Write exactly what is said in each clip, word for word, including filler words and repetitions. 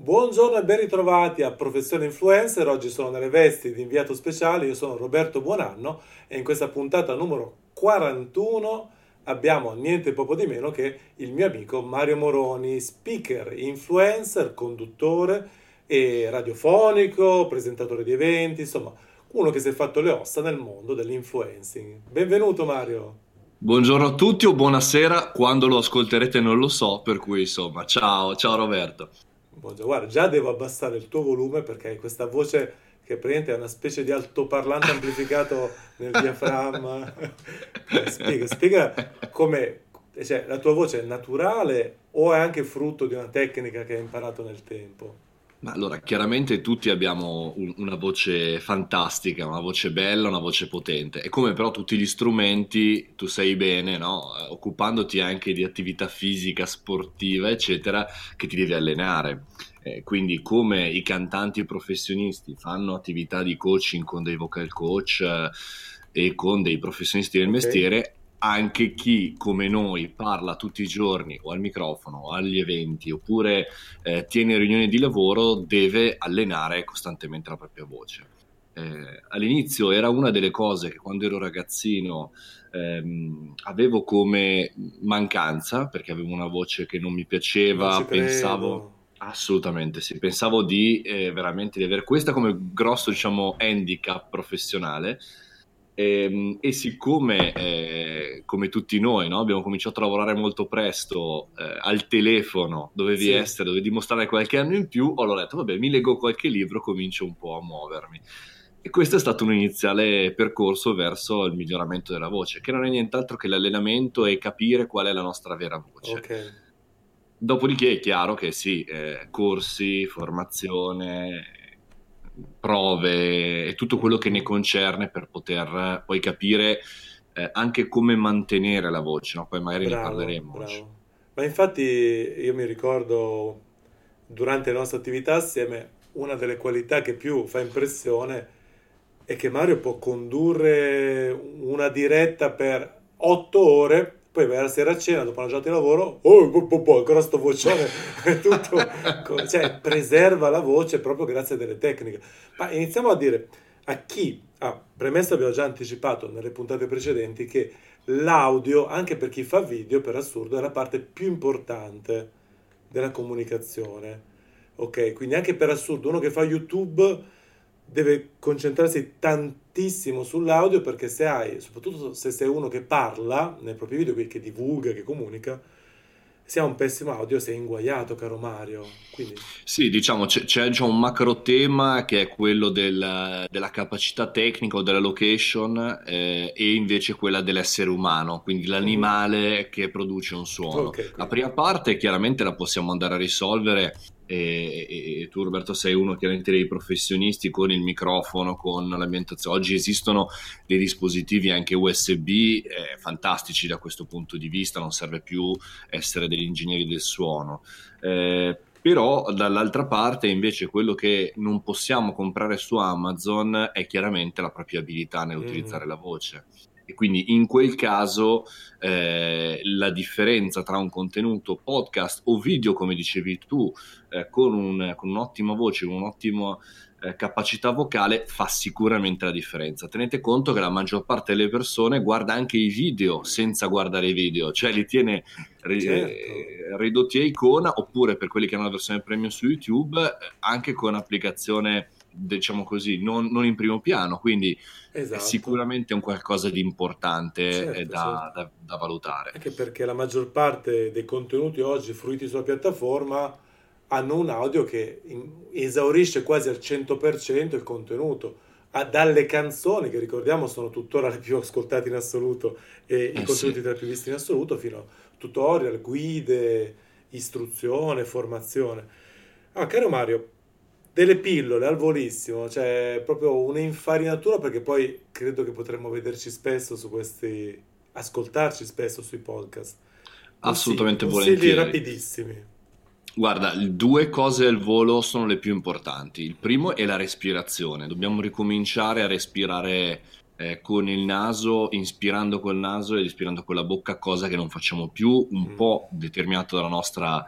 Buongiorno e ben ritrovati a Professione Influencer. Oggi sono nelle vesti di inviato speciale. Io sono Roberto Buonanno e in questa puntata numero quarantuno abbiamo niente poco di meno che il mio amico Mario Moroni, speaker, influencer, conduttore e radiofonico, presentatore di eventi, insomma, uno che si è fatto le ossa nel mondo dell'influencing. Benvenuto Mario. Buongiorno a tutti o buonasera, quando lo ascolterete non lo so, per cui insomma, ciao, ciao Roberto. Buongiorno, guarda, già devo abbassare il tuo volume perché hai questa voce che praticamente è una specie di altoparlante amplificato nel diaframma. Dai, spiega, spiega come, cioè, la tua voce è naturale o è anche frutto di una tecnica che hai imparato nel tempo? Ma allora, chiaramente tutti abbiamo un- una voce fantastica, una voce bella, una voce potente. E come però tutti gli strumenti, tu sai bene, no? Eh, Occupandoti anche di attività fisica, sportiva, eccetera, che ti devi allenare. Eh, quindi come i cantanti professionisti fanno attività di coaching con dei vocal coach eh, e con dei professionisti del Ok? mestiere, anche chi come noi parla tutti i giorni o al microfono o agli eventi oppure eh, tiene riunioni di lavoro deve allenare costantemente la propria voce. Eh, all'inizio era una delle cose che quando ero ragazzino ehm, avevo come mancanza perché avevo una voce che non mi Non ci piaceva, pensavo credo. assolutamente sì, pensavo di eh, veramente di avere questa come grosso diciamo handicap professionale. E, e siccome, eh, come tutti noi, no, abbiamo cominciato a lavorare molto presto eh, al telefono, dovevi Sì. essere, dovevi dimostrare qualche anno in più, ho detto, vabbè, mi leggo qualche libro, comincio un po' a muovermi. E questo è stato un iniziale percorso verso il miglioramento della voce, che non è nient'altro che l'allenamento e capire qual è la nostra vera voce. Ok. Dopodiché è chiaro che sì, eh, corsi, formazione, prove e tutto quello che ne Mhm. concerne per poter poi capire eh, anche come mantenere la voce, no? Poi magari ne Bravo, parleremo oggi. bravo. Ma infatti io mi ricordo durante le nostre attività assieme una delle qualità che più fa impressione è che Mario può condurre una diretta per otto ore, poi vai la sera a cena dopo una giornata di lavoro, oh, po, po, po, ancora sto vocione, è tutto, co- cioè preserva la voce proprio grazie a delle tecniche. Ma iniziamo a dire a chi, ah, premesso abbiamo già anticipato nelle puntate precedenti che l'audio, anche per chi fa video, per assurdo, è la parte più importante della comunicazione. Ok, quindi anche per assurdo, uno che fa YouTube deve concentrarsi tantissimo sull'audio perché se hai, soprattutto se sei uno che parla nei propri video, che divulga, che comunica, se ha un pessimo audio sei inguaiato, caro Mario. Quindi, Sì, diciamo c'è, c'è già un macro tema che è quello del- della capacità tecnica o della location eh, e invece quella dell'essere umano, quindi mhm, l'animale che produce un suono. ok, La quindi, prima parte chiaramente la possiamo andare a risolvere e, e- e tu Roberto sei uno chiaramente dei professionisti con il microfono, con l'ambientazione. Oggi esistono dei dispositivi anche U S B eh, fantastici da questo punto di vista, non serve più essere degli ingegneri del suono. Eh, però dall'altra parte invece quello che non possiamo comprare su Amazon è chiaramente la propria abilità mhm, nell'utilizzare la voce. E quindi in quel caso eh, la differenza tra un contenuto podcast o video, come dicevi tu, eh, con, un, con un'ottima voce, con un'ottima eh, capacità vocale, fa sicuramente la differenza. Tenete conto che la maggior parte delle persone guarda anche i video senza guardare i video, cioè li tiene ri- certo, eh, ridotti a icona, oppure per quelli che hanno la versione premium su YouTube, eh, anche con applicazione, diciamo così, non, non in primo piano, quindi è esatto, sicuramente un qualcosa di importante eh, certo, da, certo. da- da valutare. Anche perché la maggior parte dei contenuti oggi fruiti sulla piattaforma hanno un audio che in- esaurisce quasi al cento per cento il contenuto. Ha- dalle canzoni, che ricordiamo sono tuttora le più ascoltate in assoluto e i Eh contenuti sì. tra i più visti in assoluto, fino a tutorial, guide, istruzione, formazione. Ah, caro Mario, delle pillole al volissimo, cioè proprio un'infarinatura perché poi credo che potremmo vederci spesso su questi, ascoltarci spesso sui podcast. Consigli, Assolutamente consigli volentieri. rapidissimi. Guarda, il- due cose al volo sono le più importanti. Il primo è la respirazione. Dobbiamo ricominciare a respirare eh, con il naso, inspirando col naso ed espirando con la bocca, cosa che non facciamo più, un Mm, po' determinato dalla nostra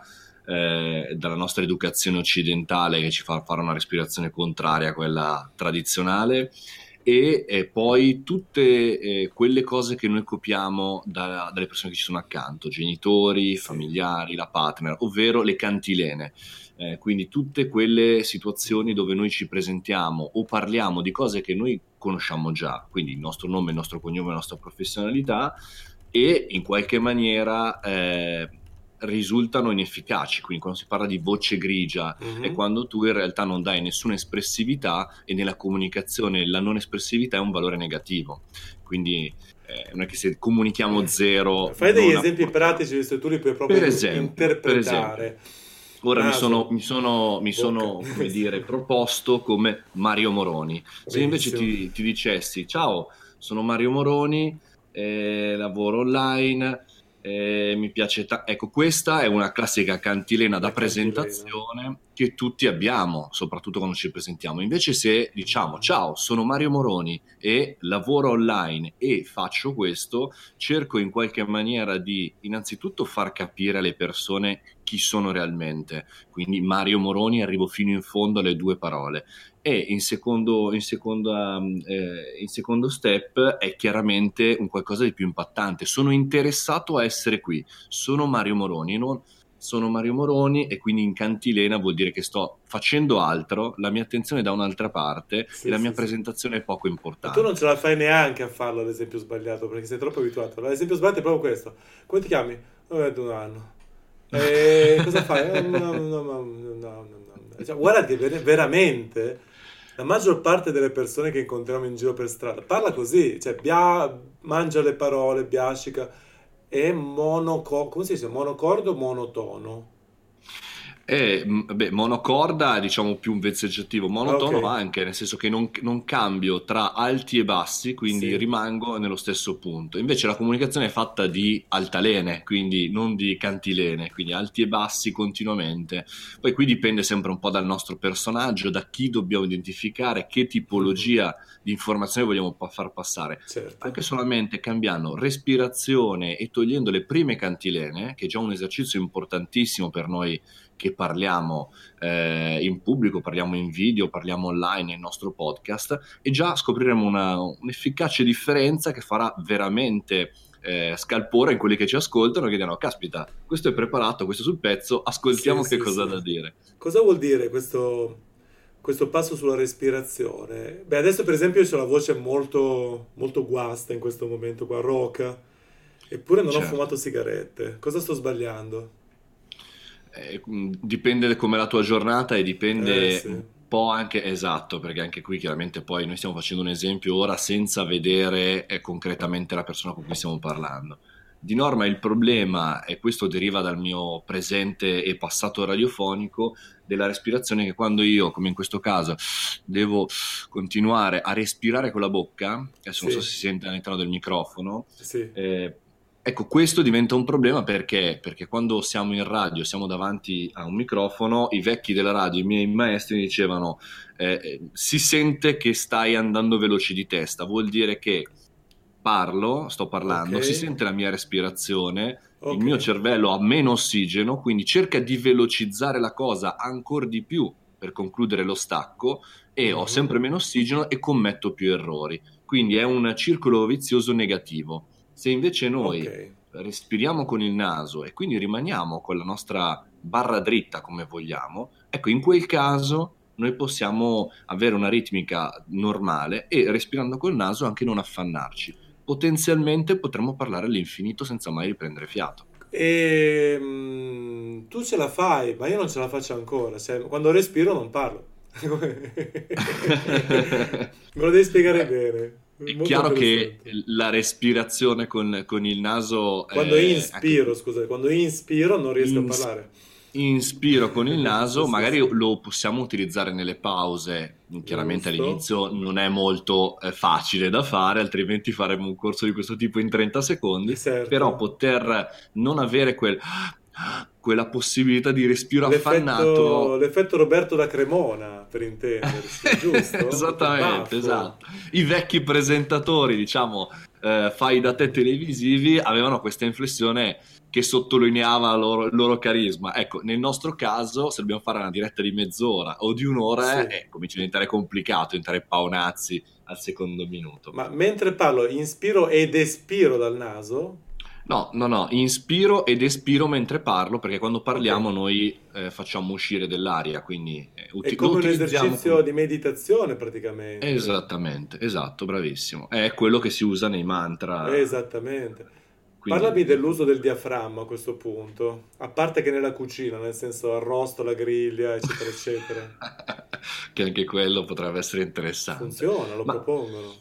eh, dalla nostra educazione occidentale che ci fa fare una respirazione contraria a quella tradizionale, e eh, poi tutte eh, quelle cose che noi copiamo da, dalle persone che ci sono accanto, genitori, familiari, la partner, ovvero le cantilene. Eh, quindi tutte quelle situazioni dove noi ci presentiamo o parliamo di cose che noi conosciamo già, quindi il nostro nome, il nostro cognome, la nostra professionalità, e in qualche maniera eh, risultano inefficaci. Quindi quando si parla di voce grigia Mhm. è quando tu in realtà non dai nessuna espressività, e nella comunicazione la non espressività è un valore negativo. Quindi eh, non è che se comunichiamo zero Fai degli non esempi apporta- pratici, visto che tu li puoi proprio Per esempio, per interpretare. Ora mi Naso, sono, mi sono, mi bocca. sono, come dire, proposto come Mario Moroni. Se invece Benissimo. ti, ti dicessi: ciao, sono Mario Moroni, eh, lavoro online, eh, mi piace ta-". Ecco, questa è una classica cantilena da La cantilena. presentazione che tutti abbiamo, soprattutto quando ci presentiamo. Invece se diciamo: ciao, sono Mario Moroni e lavoro online e faccio questo, cerco in qualche maniera di innanzitutto far capire alle persone chi sono realmente. Quindi Mario Moroni, arrivo fino in fondo alle due parole. E in secondo, in, seconda, eh, in secondo step è chiaramente un qualcosa di più impattante. Sono interessato a essere qui, sono Mario Moroni, non sono Mario Moroni, e quindi in cantilena vuol dire che sto facendo altro, la mia attenzione è da un'altra parte Sì, e la sì, mia sì. presentazione è poco Ma tu non importante. ce la fai neanche a farlo l'esempio sbagliato, perché sei troppo abituato. L'esempio sbagliato è proprio questo. Come ti chiami? Ho detto un anno. E cosa fai? "Eh, no, no, no, no, no, no, no". Cioè, guarda che ver- veramente la maggior parte delle persone che incontriamo in giro per strada parla così, cioè bia- mangia le parole, biascica, è monoco- come si dice? Monocordo o monotono? E, mh, beh, monocorda, diciamo più un vezzeggiativo, Ah, ok. monotono anche, nel senso che non, non cambio tra alti e bassi, quindi Sì. rimango nello stesso punto. Invece la comunicazione è fatta di altalene, quindi non di cantilene, quindi alti e bassi continuamente. Poi qui dipende sempre un po' dal nostro personaggio, da chi dobbiamo identificare, che Mhm. tipologia di informazione vogliamo pa- far passare. Certo. Anche solamente cambiando respirazione e togliendo le prime cantilene, che è già un esercizio importantissimo per noi che parliamo eh, in pubblico, parliamo in video, parliamo online nel nostro podcast, e già scopriremo una, un'efficace differenza che farà veramente eh, scalpore in quelli che ci ascoltano, che diranno: caspita, questo è preparato, questo è sul pezzo, Sì, ascoltiamo che sì, cosa ha sì. da dire. Cosa vuol dire questo, questo passo sulla respirazione? Beh, adesso per esempio io ho la voce molto, molto guasta in questo momento qua, roca, eppure non ho Certo. fumato sigarette. Cosa sto sbagliando? Eh, mh, dipende da come la tua giornata, e Eh dipende un sì. po' anche, esatto, perché anche qui chiaramente poi noi stiamo facendo un esempio ora senza vedere eh, concretamente la persona con cui stiamo parlando. Di norma il problema, e questo deriva dal mio presente e passato radiofonico, della respirazione, che quando io, come in questo caso, devo continuare a respirare con la bocca, adesso non so Sì, se si sente all'interno del microfono, sì. eh, ecco, questo diventa un problema perché? Perché quando siamo in radio, siamo davanti a un microfono, i vecchi della radio, i miei maestri dicevano eh, eh, si sente che stai andando veloci di testa, vuol dire che parlo, sto Ok, parlando, si sente la mia respirazione, il ok. mio cervello ha meno ossigeno, quindi cerca di velocizzare la cosa ancora di più per concludere lo stacco, e ho Mhm. sempre meno ossigeno e commetto più errori. Quindi è un circolo vizioso negativo. Se invece Ok. noi respiriamo con il naso e quindi rimaniamo con la nostra barra dritta come vogliamo, ecco, in quel caso noi possiamo avere una ritmica normale e, respirando col naso, anche non affannarci. Potenzialmente potremmo parlare all'infinito senza mai riprendere fiato. E mm, tu ce la fai, ma io non ce la faccio ancora. Cioè, quando respiro non parlo. Me lo devi spiegare Beh, bene. è Molto chiaro che interessante. la respirazione con, con il naso, Quando eh, anche inspiro, qui, scusate, quando inspiro non riesco a ins- parlare. inspiro con il Sì, naso, sì, magari sì. lo possiamo utilizzare nelle pause. Chiaramente Giusto. all'inizio non è molto eh, facile da fare, altrimenti faremo un corso di questo tipo in trenta secondi, però Certo. poter non avere quel, quella possibilità di respiro L'effetto affannato. l'effetto Roberto da Cremona, per intendersi, giusto? Tutto Esattamente, baffo. esatto. I vecchi presentatori, diciamo, eh, fai da te televisivi avevano questa inflessione che sottolineava il loro, il loro carisma. Ecco, nel nostro caso, se dobbiamo fare una diretta di mezz'ora o di un'ora, Sì. eh, comincia a diventare complicato, diventare paonazzi al secondo minuto. Ma mentre parlo, inspiro ed espiro dal naso? No, no, no, inspiro ed espiro mentre parlo, perché quando Ok. parliamo noi eh, facciamo uscire dell'aria, quindi eh, È uti- lo come un utilizziamo esercizio come... di meditazione praticamente. Esattamente, esatto, bravissimo. È quello che si usa nei mantra, Esattamente. Parlami quindi dell'uso del diaframma a questo punto, a parte che nella cucina, nel senso arrosto, la griglia, eccetera, eccetera. che anche quello potrebbe essere interessante. Funziona, lo Ma propongono.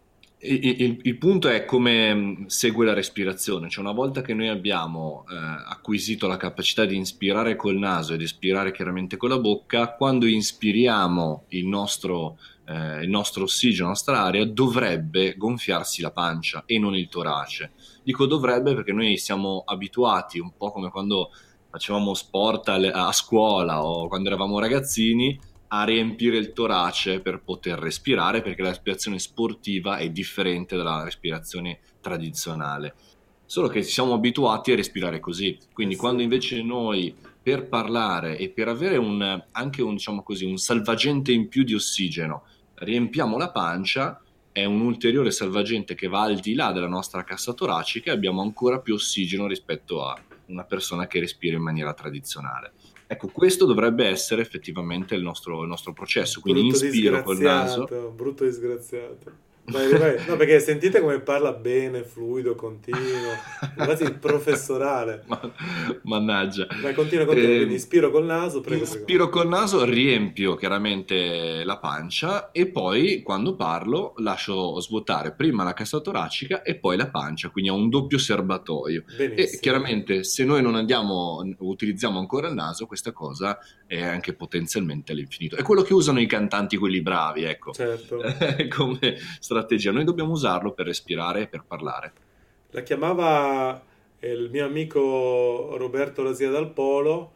il, il- il punto è come mh, segue la respirazione, cioè una volta che noi abbiamo eh, acquisito la capacità di inspirare col naso ed espirare chiaramente con la bocca, quando inspiriamo il nostro, eh, il nostro ossigeno, la nostra aria, dovrebbe gonfiarsi la pancia e non il torace. Dico dovrebbe perché noi siamo abituati, un po' come quando facevamo sport alle- a scuola o quando eravamo ragazzini, a riempire il torace per poter respirare, perché la respirazione sportiva è differente dalla respirazione tradizionale. Solo che ci siamo abituati a respirare così. Eh Quindi quando sì, invece noi per parlare e per avere un, anche un, diciamo così, un salvagente in più di ossigeno, riempiamo la pancia, è un ulteriore salvagente che va al di là della nostra cassa toracica e abbiamo ancora più ossigeno rispetto a una persona che respira in maniera tradizionale. Ecco, questo dovrebbe essere effettivamente il nostro, il nostro processo, quindi brutto inspiro col naso. disgraziato, brutto disgraziato. Vai, vai. No, perché sentite come parla bene, fluido, continuo, quasi professorale. Ma- Mannaggia. Vai, continua, continua. Quindi Eh, ispiro col naso, prego, prego. Inspiro col naso, riempio chiaramente la pancia e poi quando parlo lascio svuotare prima la cassa toracica e poi la pancia, quindi ho un doppio serbatoio. E Benissimo, chiaramente se noi non andiamo, utilizziamo ancora il naso, questa cosa è anche potenzialmente all'infinito. È quello che usano i cantanti, quelli bravi, ecco, certo. come strategia. Noi dobbiamo usarlo per respirare e per parlare. La chiamava eh, il mio amico Roberto Lasia dal Polo.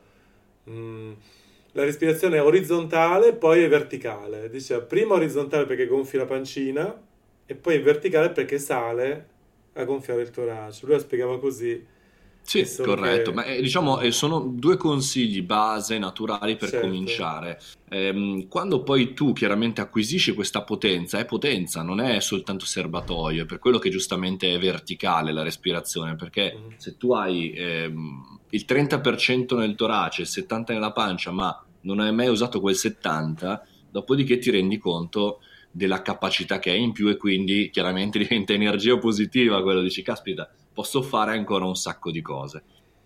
mm, la respirazione è orizzontale, poi è verticale. Diceva prima orizzontale perché gonfi la pancina e poi verticale perché sale a gonfiare il torace. Lui la spiegava così, e Sì, solo corretto, che, ma eh, diciamo eh, sono due consigli base naturali per certo, cominciare. Ehm, quando poi tu chiaramente acquisisci questa potenza, è potenza, non è soltanto serbatoio, è per quello che giustamente è verticale la respirazione, perché mhm, se tu hai ehm, il trenta per cento nel torace, il settanta per cento nella pancia, ma non hai mai usato quel settanta per cento, dopodiché ti rendi conto della capacità che hai in più e quindi chiaramente diventa energia positiva quello, dici, caspita, posso fare ancora un sacco di cose.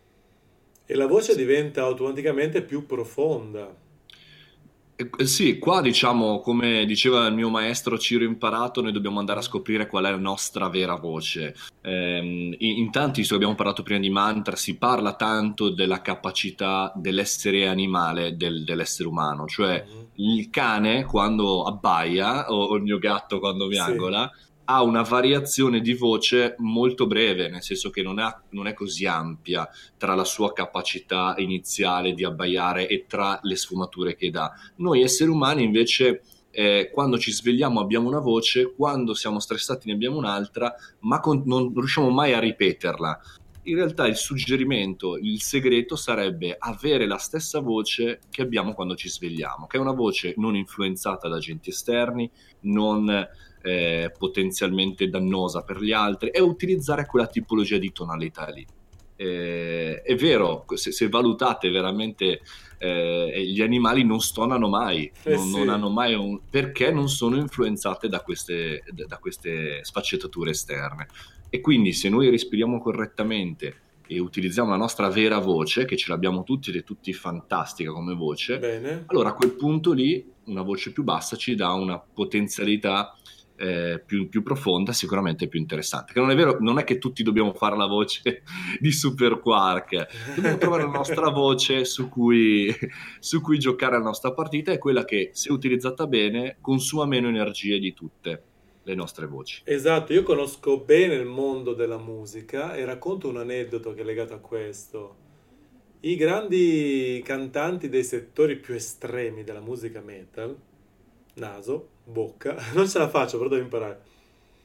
e la voce diventa automaticamente più profonda. Eh, Sì, qua diciamo, come diceva il mio maestro Ciro Imparato, noi dobbiamo andare a Mm, scoprire qual è la nostra vera voce. Ehm, in, in tanti, se abbiamo parlato prima di mantra, si parla tanto della capacità dell'essere animale, del- dell'essere umano, cioè mhm. il cane quando abbaia o, o il mio gatto quando Sì, miagola ha una variazione di voce molto breve, nel senso che non è, non è così ampia tra la sua capacità iniziale di abbaiare e tra le sfumature che dà. Noi esseri umani invece eh, quando ci svegliamo abbiamo una voce, quando siamo stressati ne abbiamo un'altra, ma con- non riusciamo mai a ripeterla. In realtà il suggerimento, il segreto sarebbe avere la stessa voce che abbiamo quando ci svegliamo, che è una voce non influenzata da agenti esterni, non eh, potenzialmente dannosa per gli altri, e utilizzare quella tipologia di tonalità lì. Eh, è vero, se, se valutate veramente eh, gli animali non stonano mai, eh non, non sì. hanno mai un... perché non sono influenzate da queste, da queste sfaccettature esterne. E quindi se noi respiriamo correttamente e utilizziamo la nostra vera voce, che ce l'abbiamo tutti ed è tutti fantastica come voce, Bene. allora a quel punto lì una voce più bassa ci dà una potenzialità eh, più, più profonda, sicuramente più interessante. Che non è vero, non è che tutti dobbiamo fare la voce di Super Quark, dobbiamo trovare la nostra voce su cui, su cui giocare la nostra partita, e quella che, se utilizzata bene, consuma meno energie di tutte le nostre voci. Esatto, io conosco bene il mondo della musica e racconto un aneddoto che è legato a questo. I grandi cantanti dei settori più estremi della musica metal, naso, bocca, non ce la faccio, però devo imparare.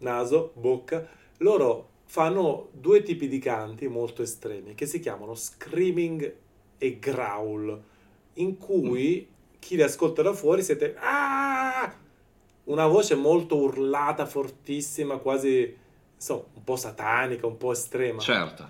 naso, bocca, loro fanno due tipi di canti molto estremi che si chiamano screaming e growl, in Mm. cui chi li ascolta da fuori siete "Ah!", una voce molto urlata, fortissima, quasi insomma, un po' satanica, un po' estrema. Certo,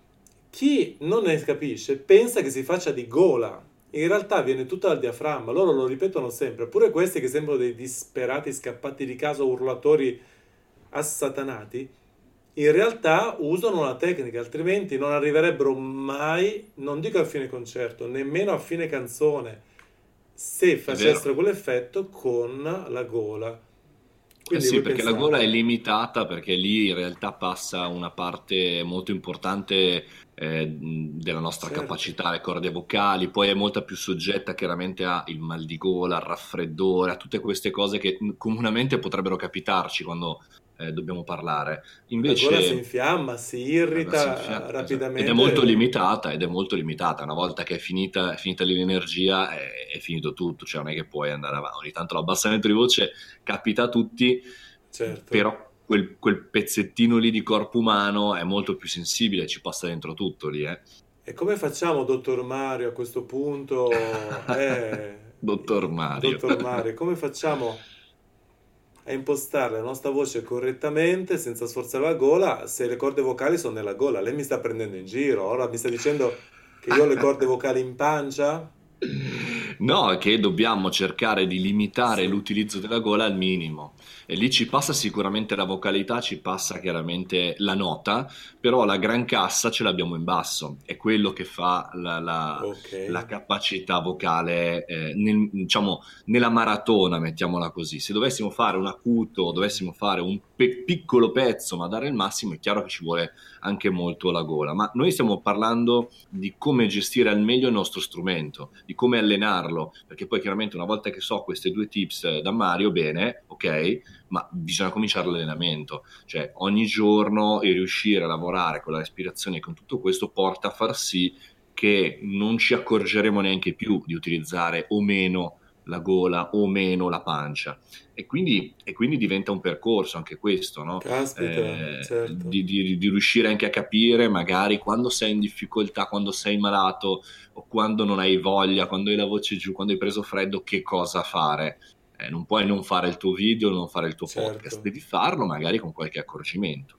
Chi non ne capisce pensa che si faccia di gola. In realtà viene tutto dal diaframma. Loro lo ripetono sempre. Pure questi che sembrano dei disperati scappati di casa, urlatori assatanati, in realtà usano una tecnica, altrimenti non arriverebbero mai, non dico a fine concerto, nemmeno a fine canzone, se è vero. facessero quell'effetto con la gola. Eh Quindi sì, voi perché la gola è pensate, limitata, perché lì in realtà passa una parte molto importante eh, della nostra certo, capacità, le corde vocali, poi è molta più soggetta chiaramente al mal di gola, al raffreddore, a tutte queste cose che mm, comunemente potrebbero capitarci quando eh, dobbiamo parlare. la gola si Invece infiamma, si la si irrita infia- eh, esatto. Ed è molto rapidamente. limitata, ed è molto limitata. Una volta che è finita, è finita lì l'energia, è, è finito tutto, cioè non è che puoi andare avanti. Ogni tanto l'abbassamento di voce capita a tutti, Certo. però quel, quel pezzettino lì di corpo umano è molto più sensibile, ci passa dentro tutto lì, eh. E come facciamo, dottor Mario, a questo punto? Eh, Dottor Mario. dottor Mario, come facciamo a impostare la nostra voce correttamente senza sforzare la gola se le corde vocali sono nella gola? Lei mi sta prendendo in giro. Ora mi sta dicendo che io ho le corde vocali in pancia? No, è che dobbiamo cercare di limitare Sì. l'utilizzo della gola al minimo. E lì ci passa sicuramente la vocalità, ci passa chiaramente la nota, però la gran cassa ce l'abbiamo in basso. È quello che fa la, la- Ok. la capacità vocale, eh, nel- diciamo, nella maratona, mettiamola così. Se dovessimo fare un acuto, dovessimo fare un pe- piccolo pezzo, ma dare il massimo, è chiaro che ci vuole anche molto la gola. Ma noi stiamo parlando di come gestire al meglio il nostro strumento, di come allenarlo, perché poi chiaramente una volta che so queste due tips eh, da Mario, bene, ok, ma bisogna cominciare l'allenamento, cioè ogni giorno e riuscire a lavorare con la respirazione e con tutto questo porta a far sì che non ci accorgeremo neanche più di utilizzare o meno la gola o meno la pancia. E quindi, e quindi diventa un percorso anche questo, no? Caspita, Eh, certo. di, di- di riuscire anche a capire magari quando sei in difficoltà, quando sei malato o quando non hai voglia, quando hai la voce giù, quando hai preso freddo, che cosa fare. Eh, non puoi non fare il tuo video, non fare il tuo podcast, Certo. devi farlo magari con qualche accorgimento.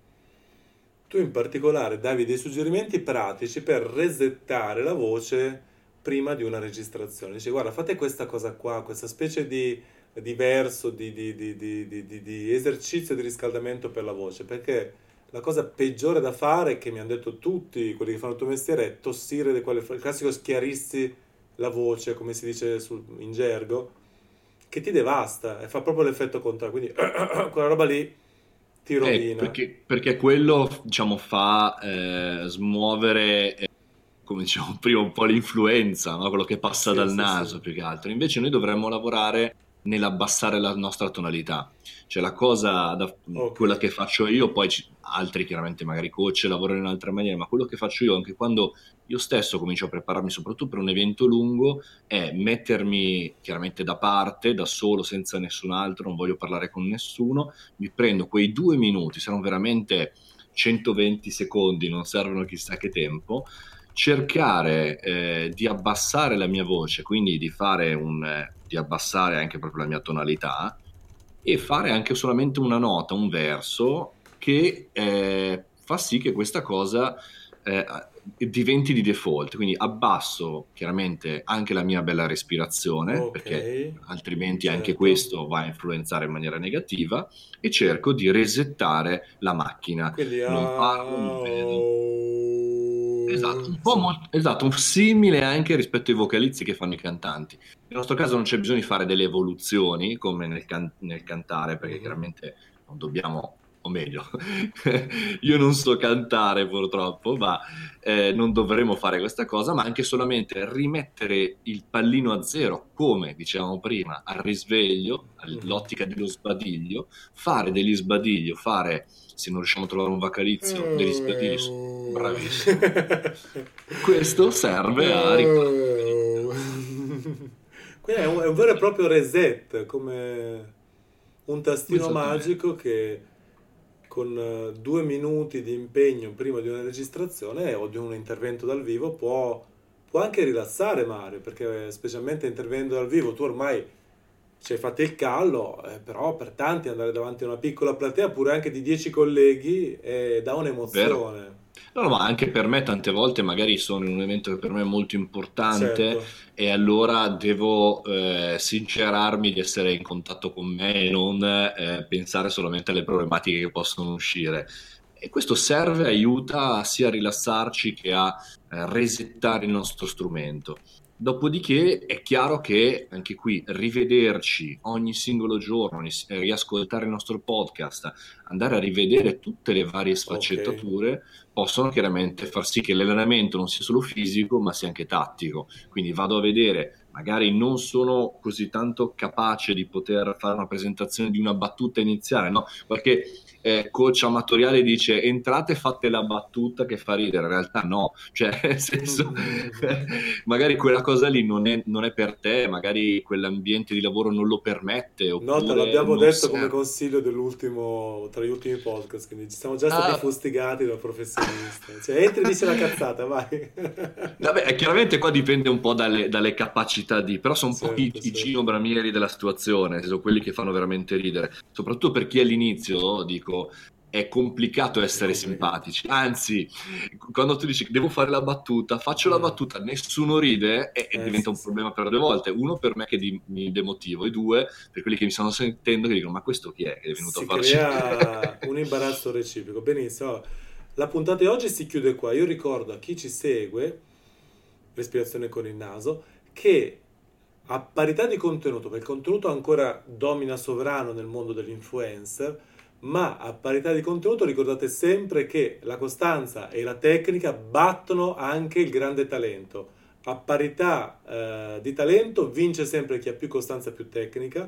Tu in particolare davi dei suggerimenti pratici per resettare la voce prima di una registrazione. Dici, guarda, fate questa cosa qua, questa specie di, di verso, di, di- di- di- di- di- di esercizio di riscaldamento per la voce, perché la cosa peggiore da fare, che mi hanno detto tutti quelli che fanno il tuo mestiere, è tossire, di quelle- il classico schiarirsi la voce, come si dice sul- in gergo, che ti devasta e fa proprio l'effetto contrario. Quindi quella roba lì ti Eh, rovina. perché, perché quello, diciamo, fa eh, smuovere, eh, come diciamo prima, un po' l'influenza, no? Quello che passa Sì, dal sì, sì. naso più che altro. Invece noi dovremmo lavorare nell'abbassare la nostra tonalità. Cioè la cosa, da- Ok. quella che faccio io, poi ci- altri chiaramente magari coach lavorano in un'altra maniera, ma quello che faccio io anche quando io stesso comincio a prepararmi soprattutto per un evento lungo è mettermi chiaramente da parte, da solo, senza nessun altro, non voglio parlare con nessuno, mi prendo quei due minuti, saranno veramente centoventi secondi, non servono chissà che tempo, cercare eh, di abbassare la mia voce, quindi di fare un, eh, di abbassare anche proprio la mia tonalità e fare anche solamente una nota, un verso che eh, fa sì che questa cosa eh, diventi di default. Quindi abbasso chiaramente anche la mia bella respirazione, Ok, perché altrimenti anche certo. questo va a influenzare in maniera negativa, e cerco di resettare la macchina. Quindi, Non parlo, non vedo. Esatto, ah, un po' sì. molto, esatto, un simile anche rispetto ai vocalizzi che fanno i cantanti. Nel nostro caso non c'è bisogno di fare delle evoluzioni come nel, can- nel cantare, perché Mhm. chiaramente non dobbiamo, o meglio, io non so cantare purtroppo, ma eh, non dovremo fare questa cosa, ma anche solamente rimettere il pallino a zero, come dicevamo prima, al risveglio, Mhm. all'ottica dello sbadiglio, fare degli sbadiglio, fare, se non riusciamo a trovare un vocalizio, degli sbadiglio, bravissimo. Questo serve a ripartire. Quindi è un, è un vero e proprio reset, come un tastino Esattamente. magico che con eh, due minuti di impegno prima di una registrazione o di un intervento dal vivo può, può anche rilassare Mario, perché specialmente intervenendo dal vivo tu ormai ci hai fatto il callo, eh, però per tanti andare davanti a una piccola platea, pure anche di dieci colleghi, eh, dà Vero? un'emozione. No, no, ma anche per me tante volte magari sono in un evento che per me è molto importante Certo, e allora devo eh, sincerarmi di essere in contatto con me e non eh, pensare solamente alle problematiche che possono uscire. E questo serve, aiuta sia a rilassarci che a eh, resettare il nostro strumento. Dopodiché è chiaro che anche qui rivederci ogni singolo giorno, ogni- riascoltare il nostro podcast, andare a rivedere tutte le varie ok. sfaccettature possono chiaramente far sì che l'allenamento non sia solo fisico, ma sia anche tattico. Quindi vado a vedere, magari non sono così tanto capace di poter fare una presentazione di una battuta iniziale, no? Qualche eh, coach amatoriale dice entrate e fate la battuta che fa ridere, in realtà no, cioè nel senso magari quella cosa lì non è, non è per te, magari quell'ambiente di lavoro non lo permette, No, te oppure l'abbiamo non detto come serve. consiglio dell'ultimo, tra gli ultimi podcast, quindi ci siamo già stati Ah, fustigati dal professionista. Cioè, entri e dici la cazzata, vai. vabbè, chiaramente qua dipende un po' dalle, dalle capacità di, però sono un po' i, Certo, i certo. cinobramieri della situazione, sono quelli che fanno veramente ridere, soprattutto per chi all'inizio, dico, è complicato È essere complicato. simpatici, anzi, quando tu dici devo fare la battuta, faccio la Mm. battuta, nessuno ride e, e Eh diventa sì, un sì. problema per due volte, uno per me che di- mi demotivo e due per quelli che mi stanno sentendo che dicono ma questo chi è che è venuto a Si farci? crea un imbarazzo reciproco. Benissimo. Allora, la puntata di oggi si chiude qua. Io ricordo a chi ci segue, respirazione con il naso, che a parità di contenuto, perché il contenuto ancora domina sovrano nel mondo dell'influencer, ma a parità di contenuto ricordate sempre che la costanza e la tecnica battono anche il grande talento. A parità eh, di talento vince sempre chi ha più costanza e più tecnica.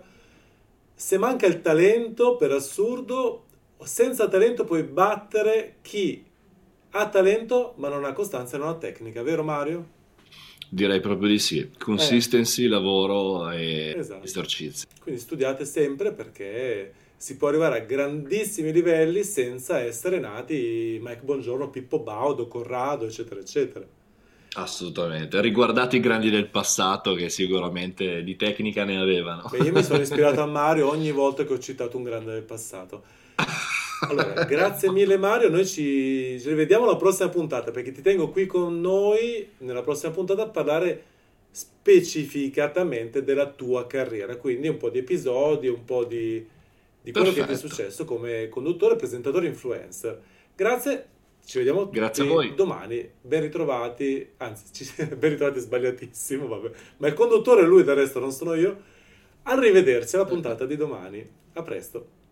Se manca il talento, per assurdo, senza talento puoi battere chi ha talento ma non ha costanza e non ha tecnica, vero Mario? Direi proprio di sì, Eh, consistency, lavoro e esatto. esercizio. Quindi studiate sempre perché si può arrivare a grandissimi livelli senza essere nati Mike Bongiorno, Pippo Baudo, Corrado, eccetera, eccetera. Assolutamente, riguardate i grandi del passato che sicuramente di tecnica ne avevano. Beh, io mi sono ispirato a Mario ogni volta che ho citato un grande del passato. Allora, grazie mille Mario, noi ci ci rivediamo alla prossima puntata perché ti tengo qui con noi nella prossima puntata a parlare specificatamente della tua carriera, quindi un po' di episodi, un po' di, di quello che ti è Perfetto, successo come conduttore, presentatore, influencer. Grazie, ci vediamo grazie a tutti voi. domani, ben ritrovati, anzi, ci, ben ritrovati è sbagliatissimo, vabbè, ma il conduttore è lui, del resto non sono io. Arrivederci alla puntata di domani, a presto.